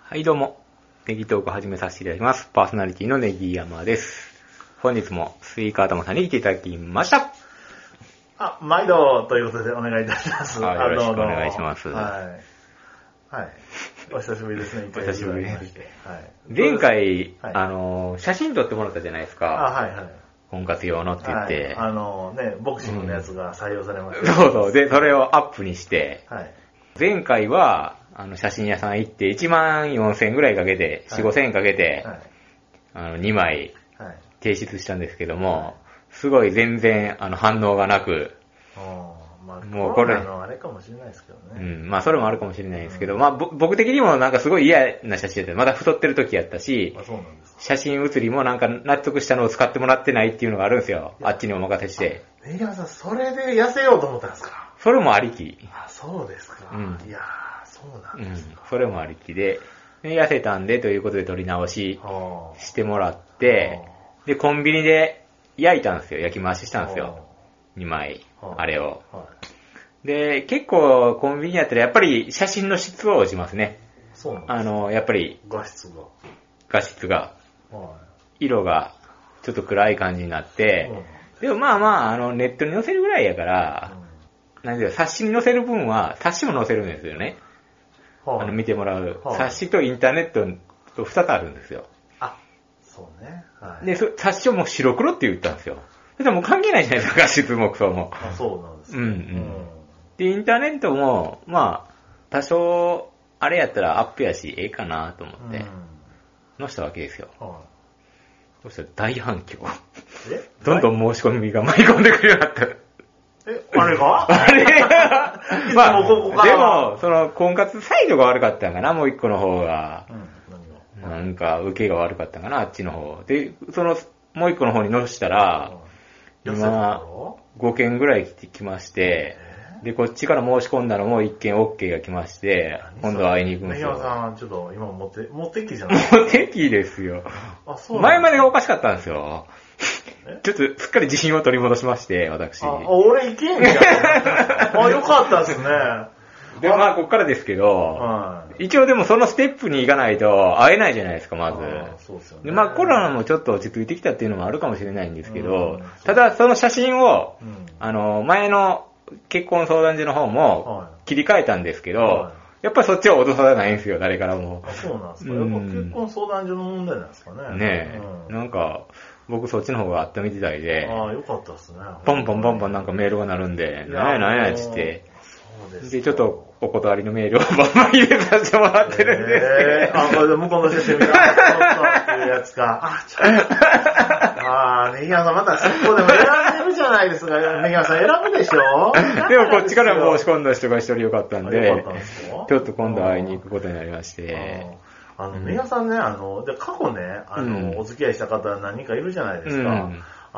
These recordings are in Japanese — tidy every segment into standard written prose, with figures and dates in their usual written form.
はいどうも、ネギトーク始めさせていただきます。パーソナリティのネギ山です。本日もスイカ頭さんに来ていただきました。 毎度ということでお願いいたします。 よろしくお願いします。 はい。お久しぶりですね。 お久しぶりです。 はい、 前回、写真撮ってもらったじゃないですか。 はい。 婚活用のって言って。 ボクシングのやつが採用されました、 そう。で、それをアップにして、 はい、 前回は、写真屋さん行って1万4000円ぐらいかけて、4、5000円かけて、2枚提出したんですけども、すごい全然反応がなく、 もうこれあれかもしれないですけどね。 それもあるかもしれないですけど、僕的にもなんかすごい嫌な写真だった。まだ太ってる時やったし、写真写りもなんか納得したのを使ってもらってないっていうのがあるんですよ。あっちにお任せして。 ネギ山さん、それで痩せようと思ったんですか？ それもありき。 そうですか。いやそうなんですか。 それもありきで、痩せたんでということで撮り直ししてもらって、で、コンビニで焼いたんですよ。焼き回ししたんですよ。2枚、あれを。で、結構コンビニやったらやっぱり写真の質は落ちますね。 そうなんですか。 やっぱり画質が、色がちょっと暗い感じになって、でもネットに載せるぐらいやから、冊子に載せる分は冊子も載せるんですよね。見てもらう。冊子とインターネットと2つあるんですよ。 そうね。 で、冊子をもう白黒って言ったんですよ。それでもう関係ないじゃないですか、画質もクソも。 そうなんですで、インターネットも、多少、あれやったらアップやし、ええかなと思って、載せたわけですよ。そしたら大反響。どんどん申し込みが舞い込んでくるようになった。 あれがでも、その、婚活サイドが悪かったんかな、もう一個の方が。なんか、受けが悪かったんかな、あっちの方。で、もう一個の方に載せたら、今、5件ぐらい来まして、で、こっちから申し込んだのも1件 OK が来まして、今度は会いに行くんですよ。 ネギさん、ちょっと今モテ期じゃないモテ期ですよ。前までがおかしかったんですよ。ちょっとすっかり自信を取り戻しまして、私。 俺いけんじゃん。よかったですね。 で、こっからですけど、一応でもそのステップに行かないと会えないじゃないですか、まず。 そうですよね。 で、コロナもちょっと落ち着いてきたっていうのもあるかもしれないんですけど、ただその写真を、前の結婚相談所の方も切り替えたんですけど、やっぱりそっちは脅さないんですよ、誰からも。 そうなんですか。やっぱ結婚相談所の問題なんですかね。 ねえ。なんか、僕そっちの方があったみたいで、 よかったですね。 ポンポンなんかメールが鳴るんで、なんやつって。で、ちょっとお断りのメールをバンバン入れさせてもらってるんですこれで向こうの先生見たら、ちょっとっていうやつか。ネギ山さんまたそこでも選んでるじゃないですか。ネギ山さん選ぶでしょ？ でもこっちから申し込んだ人が一人よかったんで、ちょっと今度会いに行くことになりまして。 ネギ山さんね、で過去ね、お付き合いした方何人かいるじゃないですか。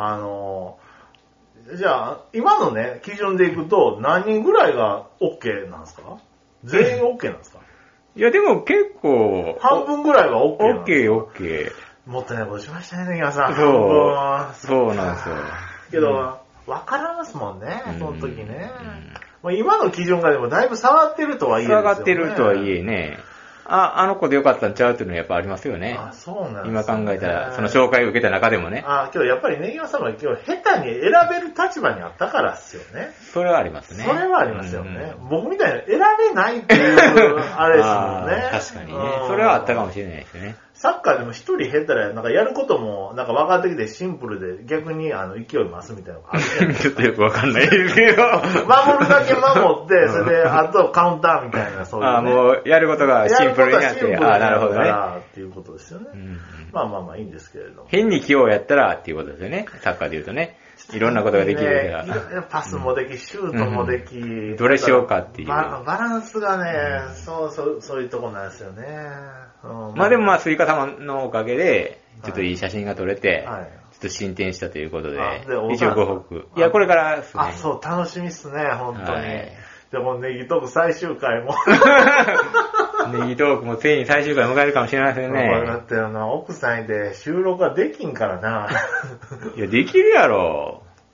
じゃあ、今のね、基準でいくと、何人ぐらいが OK なんですか？全員 OK なんですか？ いや、でも結構、 半分ぐらいは OK なんですか？ OK。 もったいないことしましたね、ネギ山さん。 そうなんですよ。 けど、わからますもんね、その時ね。今の基準がでもだいぶ下がってるとはいえですよね。 下がってるとはいえね。あの子でよかったんちゃうっていうのはやっぱありますよね。 そうなんですね。 今考えたら、その紹介を受けた中でもね。 今日やっぱりネギ山さんは今日下手に選べる立場にあったからですよね。 それはありますね。 それはありますよね。僕みたいに選べないっていう、あれですもんね。 確かにね。それはあったかもしれないですね。 サッカーでも一人減ったら、なんかやることも、なんか分かってきてシンプルで、逆に勢い増すみたいなのがあるじゃないですか。 ちょっとよくわかんないですけど。 守るだけ守って、それで、あとカウンターみたいな、そういう、ね。 もう、やることがシンプルになって、なるほどね。 っていうことですよね。いいんですけれども。 変に器用やったらっていうことですよね。サッカーで言うとね。いろんなことができるから。 パスもでき、シュートもでき。 どれしようかっていう。 バランスがね、そういうとこなんですよね。 でもスイカ様のおかげで、ちょっといい写真が撮れて、ちょっと進展したということで、一応ご報告。いや、これからですね。 そう、楽しみっすね、本当に。でもネギトーク最終回も。 ネギトークもついに最終回迎えるかもしれませんね。 だって奥さんいて収録はできんからな。 いや、できるやろ。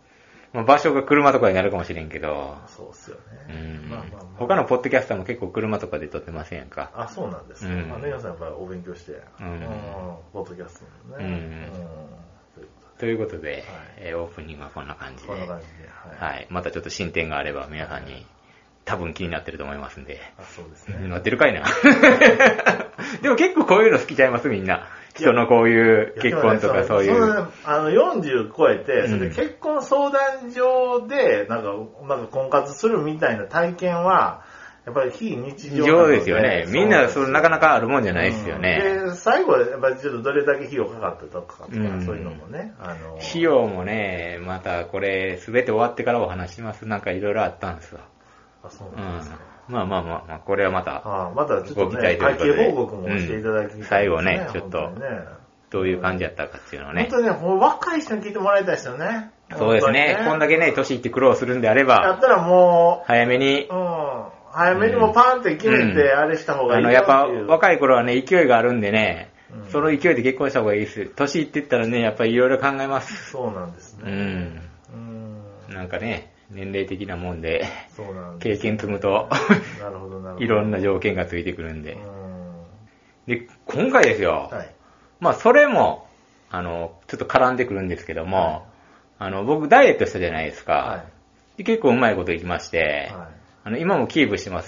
まあ、場所が車とかになるかもしれんけど。 そうっすようね。 ん。 まあまあまあ。 他のポッドキャスターも結構車とかで撮ってませんやんか。 あ、そうなんですか。 うんネガさんやっぱりお勉強して、ポッドキャストのね。 ということで、 はいオープニングはこんな感じで。 こんな感じで。 はい。またちょっと進展があれば皆さんに多分気になってると思いますんで。 あ、そうですね。 なってるかいな。でも結構こういうの好きちゃいますみんな。人のこういう結婚とかそういう。 40超えて、それで結婚相談所で、なんか婚活するみたいな体験は、やっぱり非日常なので。 ですよね。みんなそれなかなかあるもんじゃないですよね。 で、最後はやっぱりちょっとどれだけ費用かかったとか、そういうのもね。 費用もね、またこれ全て終わってからお話します。なんかいろいろあったんですわ。 あ、そうなんですか。 まあ、これはまた、 またちょっとね、会計報告もしていただきたい、 最後ね、ちょっと、どういう感じやったかっていうのをね。 本当ね、若い人に聞いてもらいたいですよね。 そうですね。こんだけね、年いって苦労するんであれば、 やったらもう、 早めに、 早めにもパンって決めて、あれした方がいいよやっぱ若い頃はね、勢いがあるんでね、その勢いで結婚した方がいいです。年いってったらね、やっぱりいろいろ考えます。 そうなんですね。 なんかね、年齢的なもんで、経験積むと、いろんな条件がついてくるんで。で、今回ですよ。まあ、それも、ちょっと絡んでくるんですけども、僕ダイエットしたじゃないですか。で結構うまいこといきまして、今もキープしてます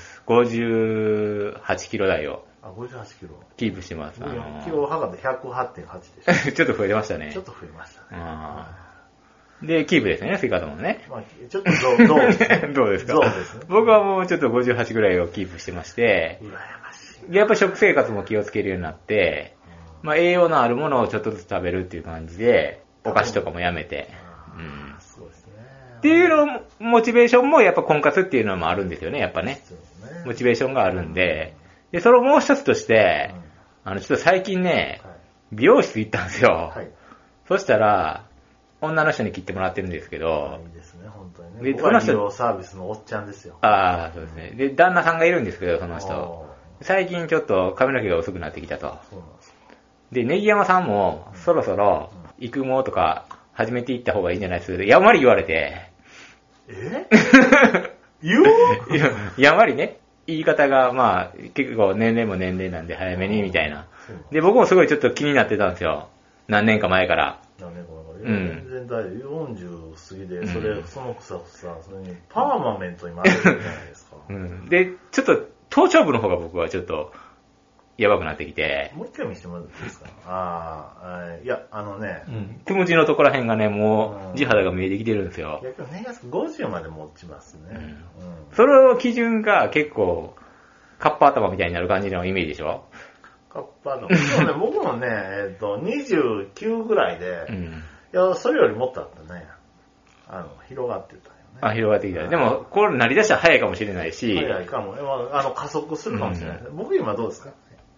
。58キロ台を。 58キロ。 キープしてます。 キロ測って 108.8 でした。 ちょっと増えてましたね。 ちょっと増えましたね。 で、キープですね、スイカともね。 まあ、ちょっとどうですかどうですか僕はもうちょっと58ぐらいをキープしてまして、 羨ましい。 で、やっぱ食生活も気をつけるようになって、まあ栄養のあるものをちょっとずつ食べるっていう感じで、お菓子とかもやめて。 そうですね。 っていうの、モチベーションもやっぱ婚活っていうのもあるんですよね、やっぱね。モチベーションがあるんで。で、それをもう一つとして、ちょっと最近ね、美容室行ったんですよ。そしたら、女の人に切ってもらってるんですけど。 いいですね、本当にね。僕は美容サービスのおっちゃんですよ。 そうですね。で、旦那さんがいるんですけど、その人。最近ちょっと髪の毛が薄くなってきたと。で、ネギ山さんも、そろそろ、育毛とか始めていった方がいいんじゃないですか。やんわり言われて。 言うやんわりね。言い方が、まあ、結構年齢も年齢なんで早めにみたいな。で、僕もすごいちょっと気になってたんですよ。何年か前から。 全然大丈夫。40過ぎで、その草それにパーマメントに回ってるじゃないですか。 で、ちょっと、頭頂部の方が僕はちょっと、やばくなってきて。 もう一回見せてもらっていいですか？いや、 手持ちのところら辺がね、もう、地肌が見えてきてるんですよ。 いや、今日年月50まで持ちますね。 その基準が結構、カッパ頭みたいになる感じのイメージでしょ？ カッパ頭。僕もね、29ぐらいで、いや、それよりもっとあったね。広がってたよね。 広がってきた。でも、これなりだしたら早いかもしれないし。 早いかも。加速するかもしれない。僕今どうですか？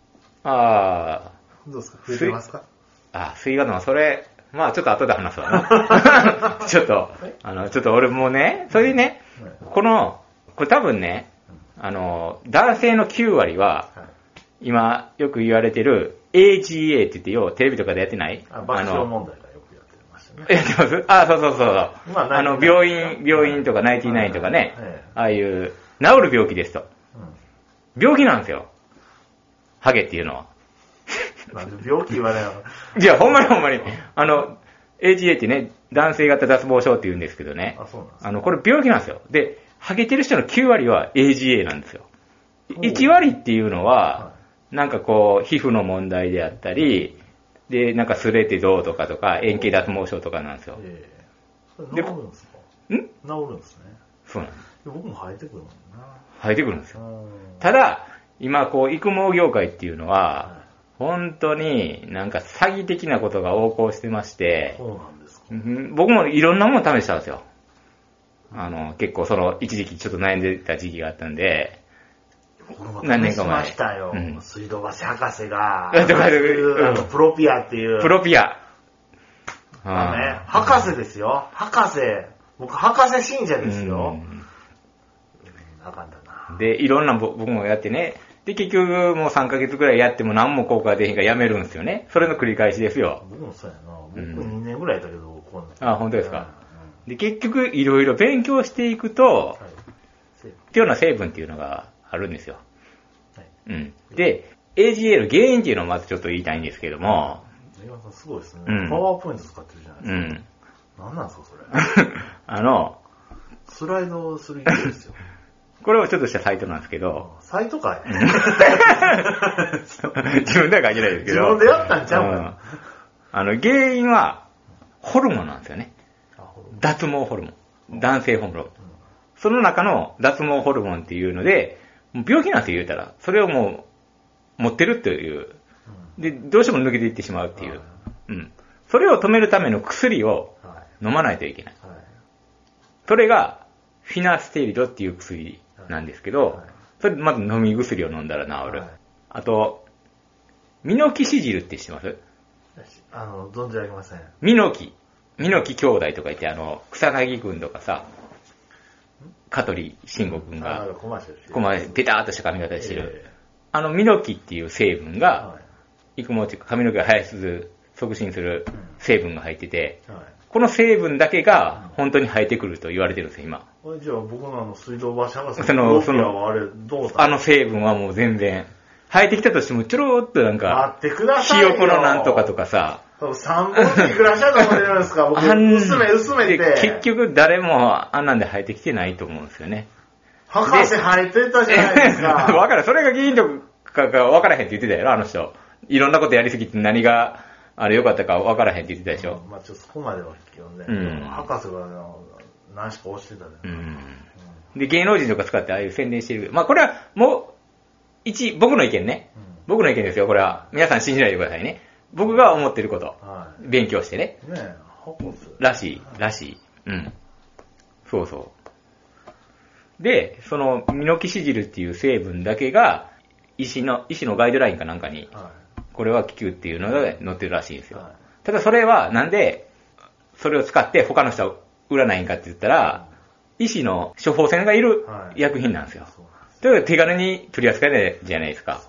どうですか？増えてますか？ スイカのそれ、まあちょっと後で話すわな。ちょっと俺もね、それでね、これ多分ね、男性の9割は、今よく言われてる AGA って言ってよ、テレビとかでやってない？ 爆笑問題がよくやってましたね。 やってます？そう。病院とかナインティナインとかね、ああいう、治る病気ですと。病気なんですよ。ハゲっていうのは。 病気言われなの？ いや、ほんまに。AGA ってね、男性型脱毛症って言うんですけどね。これ病気なんですよ。で、ハゲてる人の9割は AGA なんですよ。1割っていうのは、なんかこう、皮膚の問題であったり、で、なんかすれてどうとか円形脱毛症とかなんですよ。 治るんですか？治るんですね。 そうなんです。 僕も生えてくるもんな。 生えてくるんですよ。ただ、今こう、育毛業界っていうのは、本当になんか詐欺的なことが横行してまして、 そうなんですか。 僕もいろんなもの試したんですよ。結構一時期ちょっと悩んでた時期があったんで、 何年か前。試しましたよ。水道橋博士が、プロピアっていう。 プロピア。 博士ですよ。博士。僕、博士信者ですよ。あかんだな。 で、いろんな僕もやってね。で、結局もう3ヶ月くらいやっても何も効果が出へんからやめるんですよね。それの繰り返しですよ。 僕もそうやな。僕2年ぐらいだけど、 本当ですか。 で、結局いろいろ勉強していくと、っていうような成分っていうのがあるんですよ。うん。で、AGA の原因っていうのをまずちょっと言いたいんですけども。 岩田さんすごいですね。パワーポイント使ってるじゃないですか。何なんですか、それ。スライドする意味ですよ。 これをちょっとしたサイトなんですけど。 サイトかい自分では書いてないですけど。 自分でやったんちゃうか、 原因は、ホルモンなんですよね。脱毛ホルモン。男性ホルモン。その中の脱毛ホルモンっていうので、病気なんですよ、言うたら。それをもう、持ってるっていう。で、どうしても抜けていってしまうっていう。うん。それを止めるための薬を飲まないといけない。それが、フィナステリドっていう薬なんですけど、それまず飲み薬を飲んだら治る。あと、ミノキシジルって知ってます？ 存じ上げません。 ミノキ兄弟とか言って、草薙くんとかさ、香取慎吾くんが、ペターっとした髪型してる。ミノキっていう成分が、育毛っていうか髪の毛が生やす、促進する成分が入ってて、この成分だけが本当に生えてくると言われてるんですよ、今。 じゃあ僕の水道橋博士の成分はもう全然、生えてきたとしてもちょろっとなんか、 待ってくださいよ。 ひよこのなんとかとかさ、 3本っていくらしゃと思ってるんですか僕、薄めて。 結局誰もあんなんで生えてきてないと思うんですよね。 博士生えてたじゃないですか。 わからん。それが原因とかがわからへんって言ってたやろ、あの人。いろんなことやりすぎて何が、良かったかわからへんって言ってたでしょ。 まあちょっとそこまでは聞きよね。博士が何しか教えてたね。 で、芸能人とか使ってああいう宣伝してる。まあこれはもう、僕の意見ね。僕の意見ですよ、これは。皆さん信じないでくださいね。僕が思ってること。勉強してね。らしい。うん。そうそう。で、そのミノキシジルっていう成分だけが、医師のガイドラインかなんかに、これは効くっていうのが載ってるらしいんですよ。ただそれはなんで、それを使って他の人は売らないんかって言ったら、医師の処方箋がいる薬品なんですよ。だから手軽に取り扱えないじゃないですか。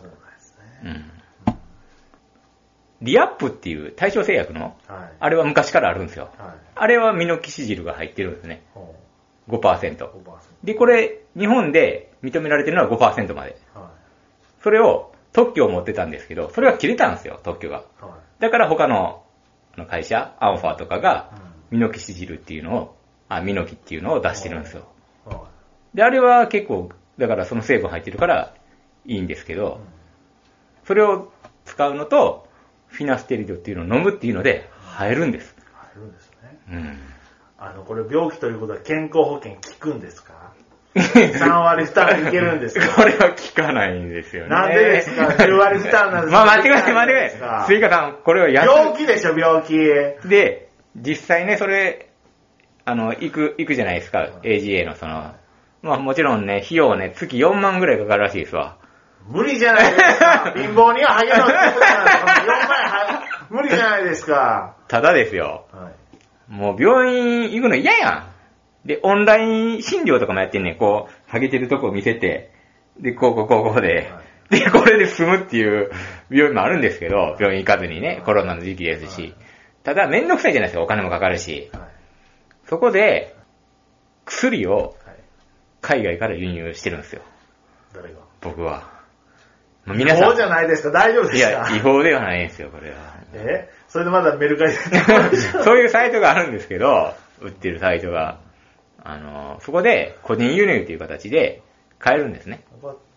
リアップっていう大正製薬の、あれは昔からあるんですよ。あれはミノキシジルが入ってるんですね。5%。で、これ、日本で認められてるのは 5% まで。それを特許を持ってたんですけど、それが切れたんですよ、特許が。だから他の会社、アンファとかが、ミノキシジルっていうのを、ミノキっていうのを出してるんですよ。で、あれは結構、だからその成分入ってるからいいんですけど、それを使うのと、フィナステリドっていうのを飲むっていうので、生えるんです。 生えるんですね。これ病気ということは健康保険効くんですか3割負担いけるんですかこれは効かないんですよね。 なんでですか ?10 割負担なんですか待ってください。スイカさん、これは病気でしょ、病気。 で、実際ね、それ、行くじゃないですか、AGA のまあもちろんね、費用ね、月4万ぐらいかかるらしいですわ。 無理じゃないですか。貧乏にはハゲろってことじゃないですか。4万無理じゃないですか。 ただですよ。もう病院行くの嫌やん。で、オンライン診療とかもやってんねん。こう、ハゲてるとこを見せて、で、こうで、で、これで済むっていう病院もあるんですけど、病院行かずにね、コロナの時期ですし。ただ、めんどくさいじゃないですか、お金もかかるし。そこで、薬を海外から輸入してるんですよ。 誰が？ 僕は。 皆さん。違法じゃないですか、大丈夫ですか？ いや、違法ではないんですよ、これは。 それでまだメルカリでそういうサイトがあるんですけど、売ってるサイトが。そこで個人輸入という形で買えるんですね。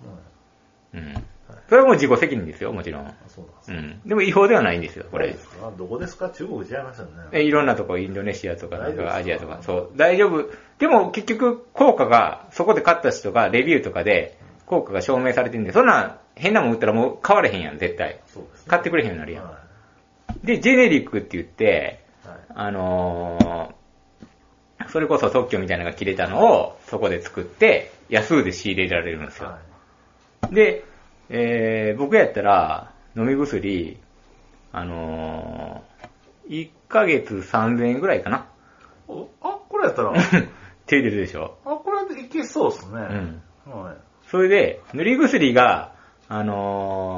それはもう自己責任ですよ、もちろん。でも違法ではないんですよ、これ。 どこですか？中国違いましたね。 いろんなとこ、インドネシアとか、アジアとか、そう、大丈夫。でも結局、効果が、そこで買った人がレビューとかで、効果が証明されてるんで、そんな変なもん売ったらもう買われへんやん、絶対。買ってくれへんようになるやん。で、ジェネリックって言って、それこそ特許みたいなのが切れたのをそこで作って安で仕入れられるんですよ。で、僕やったら飲み薬、1ヶ月3000円ぐらいかな。 これやったら手出るでしょ。 これいけそうですね。 それで、塗り薬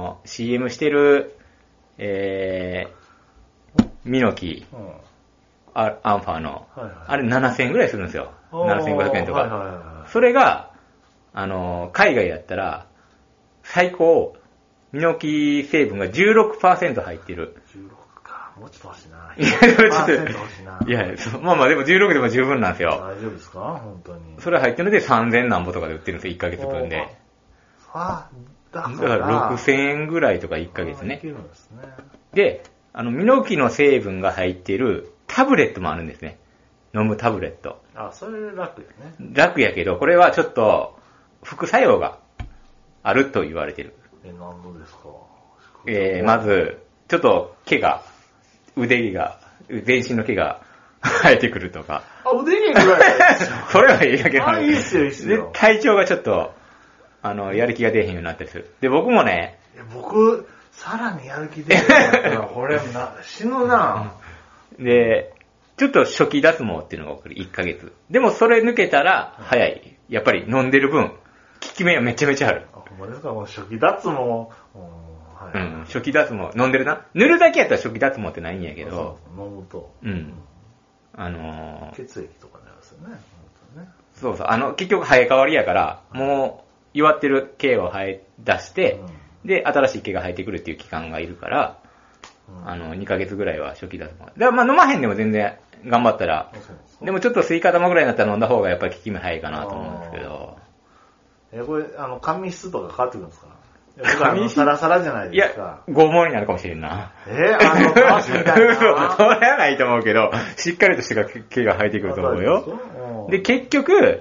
が、CM してる、ミノキ。 アンファの、 はいはい、 あれ7000円ぐらいするんですよ。7500円とか。 はいはいはい、 それが、海外やったら、最高、ミノキ成分が 16% 入ってる。 16か。もうちょっと欲しいな。 いや、でもちょっと、 欲しいな。 いや、まあまあでも16でも十分なんですよ。 大丈夫ですか本当に。 それ入ってるので3000何ぼとかで売ってるんですよ、1ヶ月分で。 だから6000円ぐらいとか1ヶ月ね。 いけるんですね。 で、ミノキの成分が入っているタブレットもあるんですね。飲むタブレット。 あ、それ楽やね。 楽やけど、これはちょっと副作用があると言われてる。 何度ですか？ まず、ちょっと毛が、腕が、全身の毛が生えてくるとか。 あ、腕毛ぐらいですよ。 それはいいだけど。 あ、いいっすよ、いいっすよ。 で、体調がちょっと、やる気が出へんようになったりする。で、僕もね、 僕、さらにやる気出へんから、これ死ぬな。 で、ちょっと初期脱毛っていうのが起こる、1ヶ月。でもそれ抜けたら、早い。やっぱり飲んでる分、効き目はめちゃめちゃある。 あ、ほんまですか？初期脱毛。 はい、うん、初期脱毛。飲んでるな。塗るだけやったら初期脱毛ってないんやけど。 飲むと。 うん。 血液とかになりますよね。 そうそう。結局生え変わりやから、もう、弱ってる毛を生え出して、で、新しい毛が生えてくるっていう期間がいるから、2ヶ月ぐらいは初期脱毛。だからまあ飲まへんでも全然頑張ったら、でもちょっとスイカ玉ぐらいになったら飲んだ方がやっぱり効き目早いかなと思うんですけど。 これ、髪質とか変わってくるんですか？髪質サラサラじゃないですか。 いや、剛毛になるかもしれんな。 たわしみたいな。 それはないと思うけど、しっかりとした毛が生えてくると思うよ。で、結局、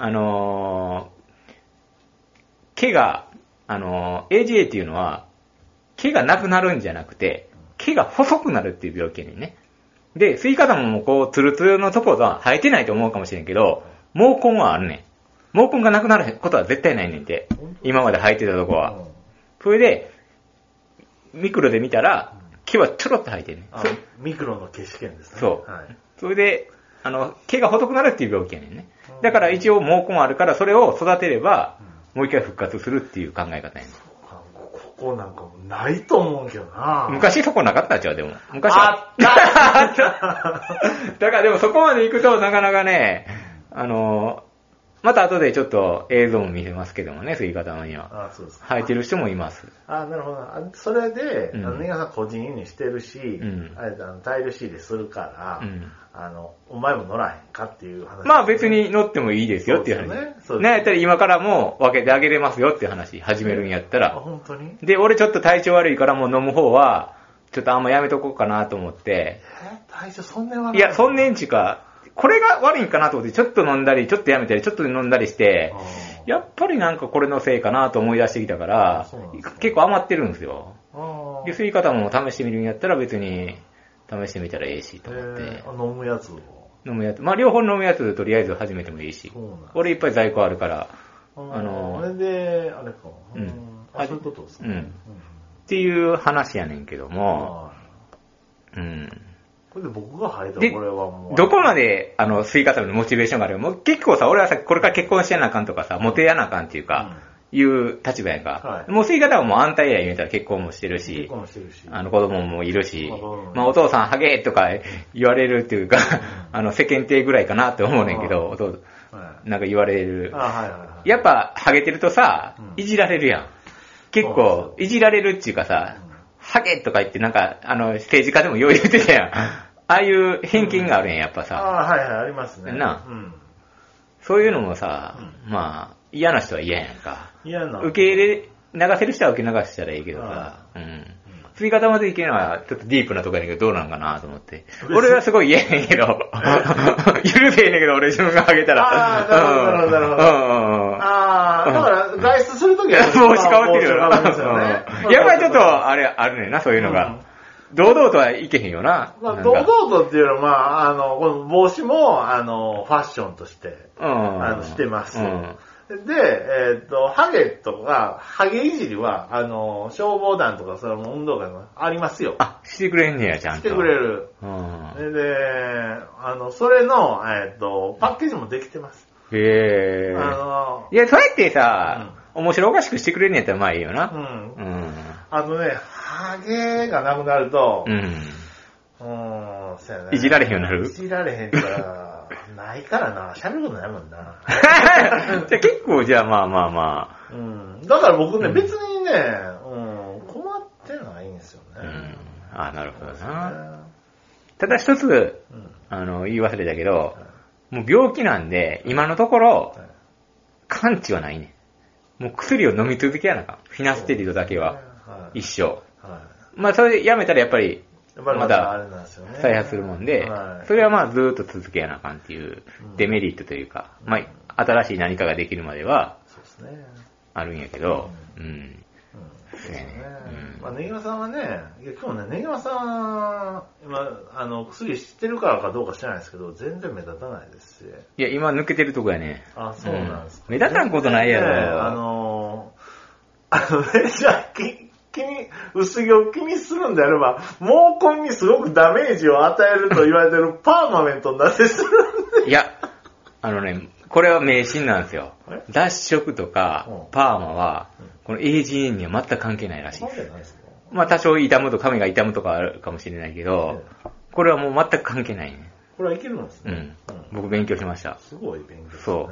毛が、AGA っていうのは、毛がなくなるんじゃなくて、毛が細くなるっていう病気やねんね。で、スイカ玉もこう、ツルツルのところは生えてないと思うかもしれんけど、毛根はあるねん。毛根がなくなることは絶対ないねんて。今まで生えてたとこは。それで、ミクロで見たら、毛はちょろっと生えてるね。 ミクロの毛試験ですね。 そう。はい、それで、毛が細くなるっていう病気やねんね。だから一応毛根あるから、それを育てれば、もう一回復活するっていう考え方やねん。 ここなんかないと思うけどな。 昔そこなかったんちゃうでも。昔あっただからでもそこまで行くとなかなかね、また後でちょっと映像も見せますけどもね、スイカ玉には。 そうですか。 生えてる人もいます。 なるほど。それで、ネガさん個人輸入してるし、タイルシーでするから、お前も乗らへんかっていう話、ね。 まあ別に乗ってもいいですよっていう話。そうですね。やったら今からもう分けてあげれますよっていう話、始めるんやったら。 本当に？ で、俺ちょっと体調悪いからもう飲む方は、ちょっとあんまやめとこうかなと思って。 体調そんな悪い？ いや、そんねんちか。これが悪いんかなと思って、ちょっと飲んだり、ちょっとやめたり、ちょっと飲んだりして、やっぱりなんかこれのせいかなと思い出してきたから、結構余ってるんですよ。で、吸い方も試してみるんやったら別に試してみたらええしと思って。 飲むやつを飲むやつ。まあ両方飲むやつとりあえず始めてもいいし。俺いっぱい在庫あるから。 あれで、あれか。そういうことですね。 っていう話やねんけども、 これで僕が入ったらこれはもう。 どこまで、吸い方のモチベーションがあるもう結構さ、俺はさ、これから結婚してやなあかんとかさ、モテやなあかんっていうか、いう立場やんか。もう吸い方はもう安泰や言うたら結婚もしてるし、子供もいるし、まあお父さんハゲとか言われるっていうか、世間体ぐらいかなって思うねんけど、なんか言われる。やっぱハゲてるとさ、いじられるやん。結構、いじられるっていうかさ、ハゲとか言ってなんか、政治家でもよう言ってたやん。ああいう偏見があるやん、やっぱさ。 ありますね。 そういうのもさ、まあ、嫌な人は嫌やんか。 嫌な。 受け入れ、流せる人は受け流したらいいけどさ、吸い方までいけるのはちょっとディープなとこやねんけど、どうなんかなと思って。俺はすごい嫌やねんけど、許せへんねんけど、俺自分がハゲたら。 なるほど。だから外出するときは帽子変わってるよな。やっぱりちょっと、あるねんな、そういうのが。堂々とはいけへんよな。 堂々とっていうのは、この帽子も、ファッションとして、してます。で、ハゲとか、ハゲいじりは、消防団とか、その運動会のありますよ。 してくれんねや、ちゃんと。 してくれる。で、それの、パッケージもできてます。 へえ。いや、そうやってさ、面白おかしくしてくれんねやったらまあいいよな。 ハゲがなくなると、 そうやね。 いじられへんようになる？ いじられへんから、ないからな。喋ることないもんな。 じゃあ結構、じゃあまあ。 だから僕ね、別にね、困ってないんですよね。 なるほどな。ただ一つ、言い忘れたけど、もう病気なんで、今のところ、完治はないね。もう薬を飲み続けやなあかん。フィナステリドだけは、一生。まあそれでやめたらやっぱり、まだ再発するもんで、それはまあずーっと続けやなあかんっていうデメリットというか、まあ新しい何かができるまでは、あるんやけど、 そうやね。まあ、ネギマさんはね、今日ね、ネギマさん、今、薬知ってるからかどうか知らないですけど、全然目立たないですし。 いや、今抜けてるとこやね。 そうなんですか。 目立たんことないやろ。 じゃあ、薄毛を気にするんであれば、毛根にすごくダメージを与えると言われてるパーマメントになってするんで。 いや、これは迷信なんですよ。脱色とかパーマは、この AGN には全く関係ないらしいです。まあ多少傷むと髪が傷むとかあるかもしれないけど、これはもう全く関係ないね。 これはいけるんですね。 僕勉強しました。 すごい勉強ですね。 そう。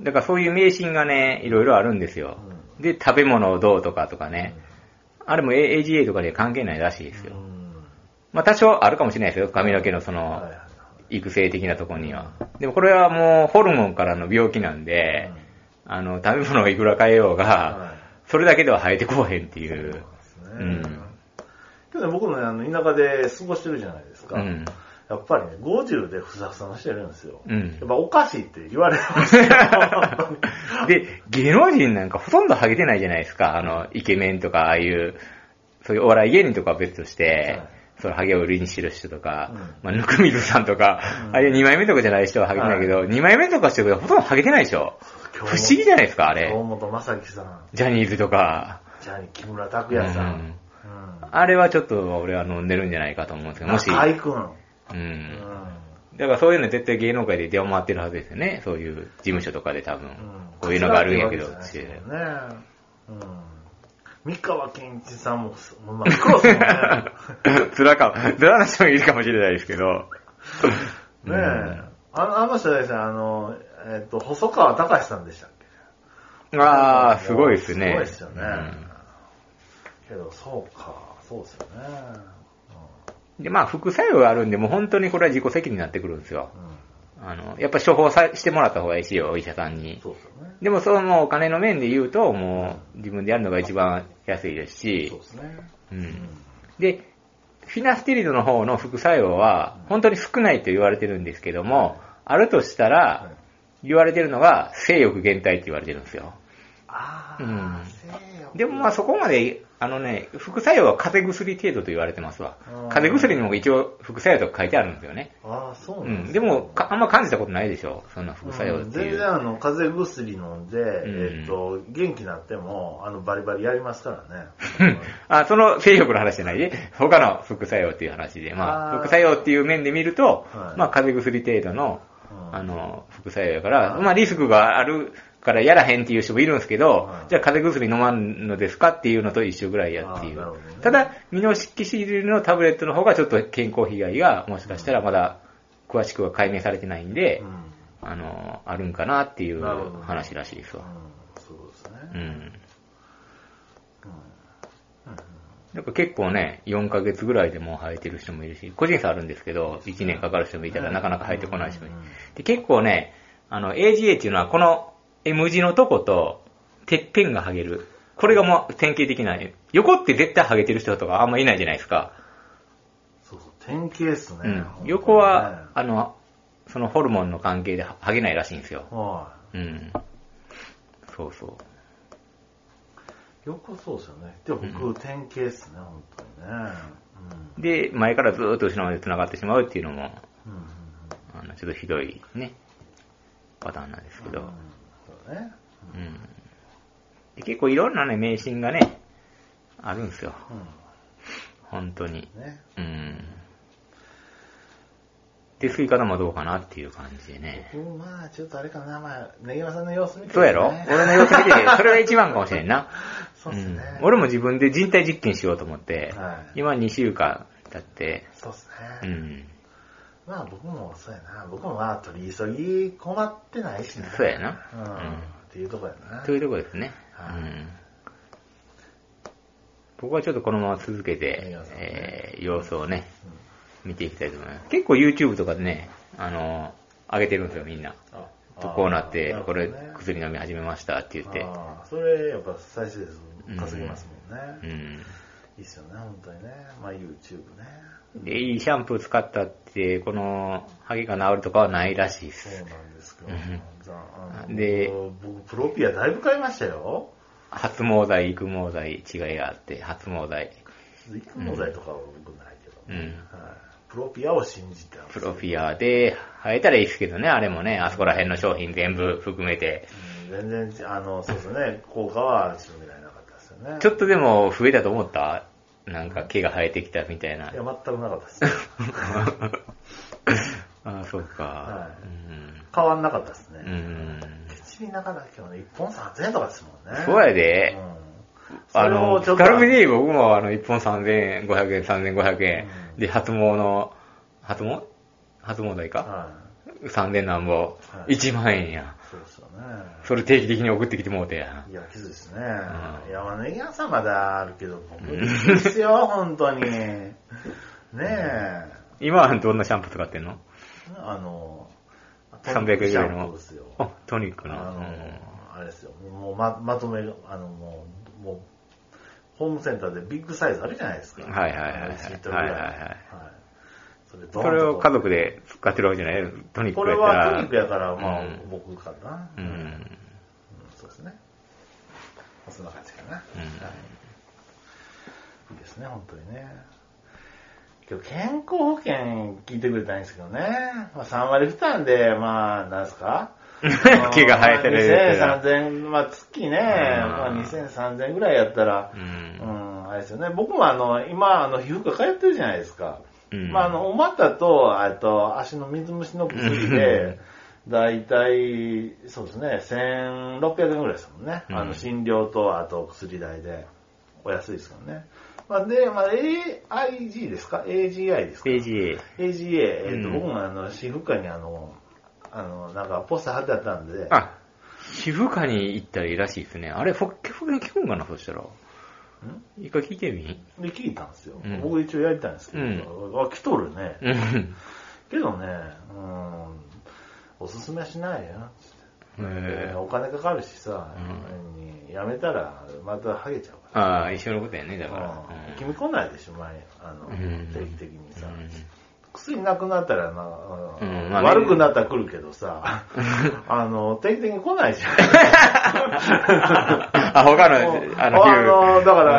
だからそういう迷信がね、いろいろあるんですよ。で、食べ物をどうとかね。あれも AGA とかで関係ないらしいですよ。まあ多少あるかもしれないですよ。髪の毛の育成的なところには。でもこれはもうホルモンからの病気なんで、食べ物をいくら変えようが、それだけでは生えてこうへんっていう。 けど僕の田舎で過ごしてるじゃないですか。やっぱりね、50でふさふさのしてるんですよ。やっぱおかしいって言われますよ。 で、芸能人なんかほとんどハゲてないじゃないですか。イケメンとか、ああいう、そういうお笑い芸人とかは別として、そのハゲを売りにしてる人とか、まあ、ぬくみずさんとか、ああいう2枚目とかじゃない人はハゲてないけど、2枚目とかしてる人ほとんどハゲてないでしょ。不思議じゃないですか、あれ。 京本正樹さん。 ジャニーズとか。 木村拓哉さん。 あれはちょっと俺は飲んでるんじゃないかと思うんですけど、もし。 中居くん。 だからそういうの絶対芸能界で出回ってるはずですよね。そういう事務所とかで多分。こういうのがあるんやけど。 三河健一さんも、まあ、クロスもね。 ずらな人もいるかもしれないですけど。 ねえ。あの人ですね、細川隆さんでしたっけ？ ああ、すごいですね。 すごいですよね。けど、そうですよね。 で、まあ、副作用があるんで、もう本当にこれは自己責任になってくるんですよ。やっぱ処方してもらった方がいいしよ、お医者さんに。 そうですよね。 でも、そのお金の面で言うと、もう自分でやるのが一番安いですし。 そうですね。 で、フィナステリドの方の副作用は、本当に少ないと言われてるんですけども、あるとしたら、言われてるのが、性欲減退って言われてるんですよ。でもまあそこまで、副作用は風邪薬程度と言われてますわ。風邪薬にも一応副作用とか書いてあるんですよね。 そうなんですでも、あんま感じたことないでしょ、そんな副作用っていう。 全然風邪薬飲んで、元気になっても、バリバリやりますからね。 その性欲の話じゃないで、他の副作用っていう話で、まあ、副作用っていう面で見ると、まあ、風邪薬程度の、副作用やから、まあ、リスクがあるからやらへんっていう人もいるんですけど、じゃあ風邪薬飲まんのですかっていうのと一緒ぐらいやっていう。ただ、ミノキシジルのタブレットの方がちょっと健康被害がもしかしたらまだ詳しくは解明されてないんで、あるんかなっていう話らしいですわ。 そうですね。 なんか結構ね、4ヶ月ぐらいでもう生えてる人もいるし、個人差あるんですけど、1年かかる人もいたらなかなか生えてこない人もいる。で、結構ね、AGA っていうのはこの M 字のとことてっぺんがハゲる。これがもう典型的な、横って絶対ハゲてる人とかあんまいないじゃないですか。 そうそう、典型っすね。 横は、そのホルモンの関係でハゲないらしいんですよ。そうそう。 横そうですよね。でも僕、典型っすね、本当にね。 で、前からずーっと後ろまで繋がってしまうっていうのも、ちょっとひどいね、パターンなんですけど。 そうね。 で結構いろんなね、迷信がね、あるんですよ。本当に。で、吸い方もどうかなっていう感じでね。 まあ、ちょっとあれかな、まあ、ネギマさんの様子見て、 そうやろ？俺の様子見て、それが一番かもしれんな。 そうですね。 俺も自分で人体実験しようと思って、今2週間、 だって。 そうですね。うん。 まあ僕もそうやな。僕もまあ取り急ぎ困ってないしね。 そうやな。 っていうとこやな。 というとこですね。僕はちょっとこのまま続けて、様子をね、見ていきたいと思います。結構 YouTube とかでね、上げてるんですよ、みんな。こうなって、これ薬飲み始めましたって言って。 それやっぱ再生数稼ぎますもんね。いいっすよね、本当にね。まあ YouTube ね。 で、いいシャンプー使ったって、この、ハゲが治るとかはないらしいです。 そうなんですか。で、僕、プロピアだいぶ買いましたよ。 発毛剤、育毛剤、違いがあって、発毛剤。 育毛剤とかは僕ないけど、プロピアを信じてます。 プロピアで生えたらいいですけどね、あれもね、あそこら辺の商品全部含めて。 全然、そうですね、効果は信じられなかったですよね。 ちょっとでも増えたと思った？なんか毛が生えてきたみたいな。 いや、全くなかったです。 ああ、そうか。 変わんなかったですね。ケチりながら今日ね、1本3000円とかですもんね。 そうやで。カルビで僕も1本3500円、3500円。で、発毛剤か、3000何本。1万円や。 そうですよね。 それ定期的に送ってきてもうてや。 いや、きついですね。山根屋さんまだあるけど、僕ですよ、本当に。ねえ。 今はどんなシャンプー使ってんの？300円ぐらいの。トニックな。 あれですよ。もうまとめ、もう、ホームセンターでビッグサイズあるじゃないですか。 はい。 それを家族で使ってるわけじゃない？トニックやったら。 これはトニックやから、まあ、僕かな。そうですね。そんな感じかな。いいですね、本当にね。今日健康保険聞いてくれたんですけどね。まあ、3割負担で、まあ、なんですか毛が生えてる。 2000、3000、まあ、月ね、まあ、2000、3000ぐらいやったら、あれですよね。僕も今、皮膚科通ってるじゃないですか。まあ、お股と、足の水虫の薬で、だいたい、そうですね、1600円ぐらいですもんね。診療と、あと薬代で、お安いですからね。まあ、で、まあ、AIG ですか ?AGI ですか ?AGA。 僕も皮膚科になんかポスター貼ってあったんで。 皮膚科に行ったらいいらしいですね。あれ、保険聞くんかな、そしたら。一回聞いてみ？ で、聞いたんですよ。僕一応やりたいんですけど、来とるね。けどね、おすすめはしないよ。お金かかるしさ、やめたらまたハゲちゃうから。 一緒のことやね、だから。 君来ないでしょ、定期的にさ。薬なくなったら悪くなったら来るけどさ、定期的に来ないじゃん。 他の、 だから、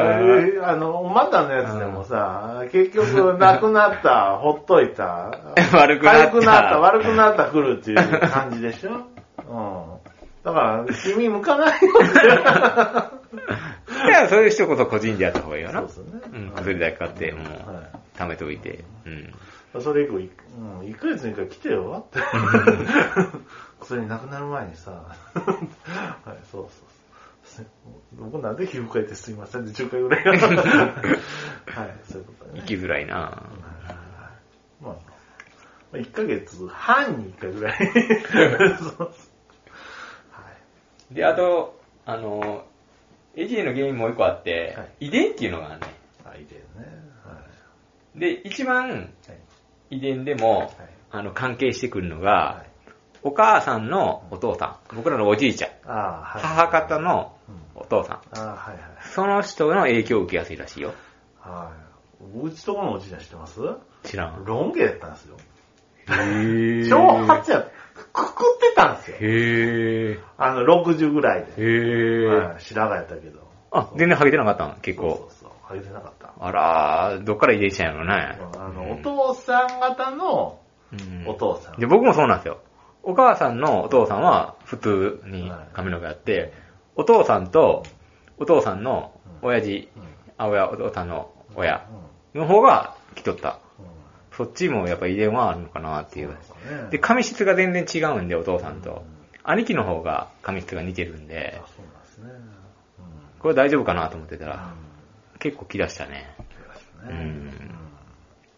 またのやつでもさ、結局なくなった、ほっといた、悪くなった、来るっていう感じでしょ。だから、君向かないよって。 いや、そういう人こそ個人でやった方がいいよな。 そうですね。 薬だけ買って、もう、貯めておいて。 それ以降、1ヶ月に1回来てよって。薬なくなる前にさ。はい、そう。僕なんで皮膚科行ってすいませんって10回ぐらい。はい、そういうことね。 行きづらいなまあ、1ヶ月半に1回ぐらい。 で、あと、AGA の原因もう一個あって、遺伝っていうのがあるね。 遺伝ね。 で、一番遺伝でも、関係してくるのが、お母さんのお父さん、僕らのおじいちゃん、母方のお父さん、その人の影響を受けやすいらしいよ。 うちとこのおじいちゃん知ってます？ 知らん。 ロン毛やったんですよ。長髪やくくってたんですよ。60ぐらいで。白髪やったけど。 全然ハゲてなかったん結構。 そう、ハゲてなかった。 あらどっから遺伝したんやろね。 お父さん方のお父さん。 で、僕もそうなんですよ。お母さんのお父さんは普通に髪の毛あって、お父さんとお父さんの親父、お父さんの親の方が来とった。そっちもやっぱ遺伝はあるのかなっていう。で、髪質が全然違うんで、お父さんと。兄貴の方が髪質が似てるんで、これ大丈夫かなと思ってたら、結構来だしたね。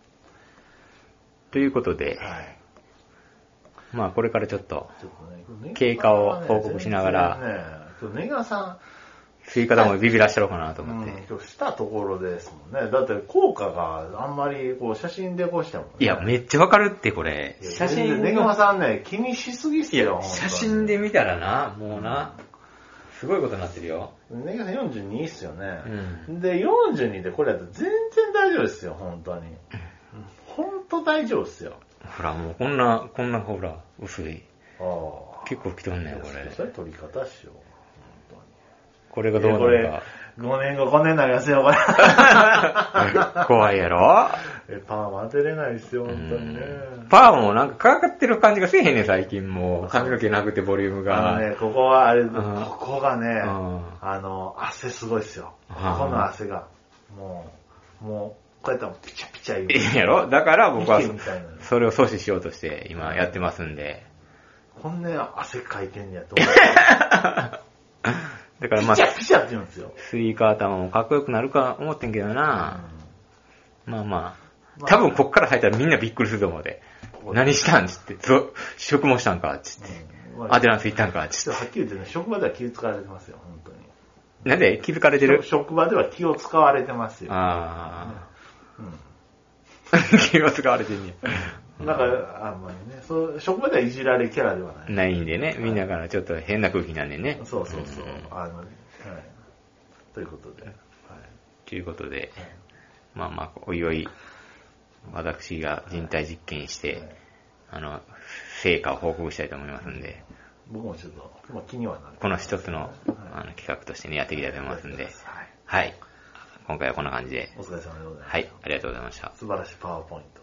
ということで、 はい、 まあこれからちょっと経過を報告しながら、 ネギワさん吸い方もビビらしちゃろうかなと思って。 今日したところですもんね。だって効果があんまりこう写真でこうしても、ね。 いや、めっちゃわかるってこれ。 写真ネギワさんね、気にしすぎっすよ。 写真で見たらな、もうな、すごいことになってるよ。 ネギワさん42っすよね。で、42でこれやったら全然大丈夫ですよ、本当に。本当大丈夫っすよ。 ほら、もうこんなほら、薄い。結構来てんねん、これ。 それ撮り方っしよ。 これがどうなるか。 5年後こんなになりますよ、これ。 怖いやろパーマ当てれないですよ、本当にね。 パーもなんかかかってる感じがせえへんねん、最近もう。髪の毛なくてボリュームが。 ここはあれ、ここがね、汗すごいっすよ。ここの汗が。もう、こうやったらピチャピチャ言う。 いいやろだから僕はそれを阻止しようとして今やってますんで。 こんな汗かいてんねやと思だからまあ、 ピチャピチャって言うんですよ。 スイカ頭もかっこよくなるか思ってんけどな。まあ、多分こっから入ったらみんなびっくりすると思うで。何したんつって、食毛したんかつって。アデランス行ったんかつって。 はっきり言ってね、職場では気を使われてますよ、本当に。 なんで気づかれてる？ 職場では気を使われてますよ。 気を使われてんねや。だから、あんまりね、職場ではいじられキャラではない。 ないんでね、みんなからちょっと変な空気なんでね。 そう。ということで。 ということで、まあ、おいおい、私が人体実験して、成果を報告したいと思いますんで。 僕もちょっと、気にはなる。 この一つの、企画としてね、やっていきたいと思いますんで。はい。今回はこんな感じで。 お疲れ様でございます。 はい、ありがとうございました。 素晴らしいパワーポイント。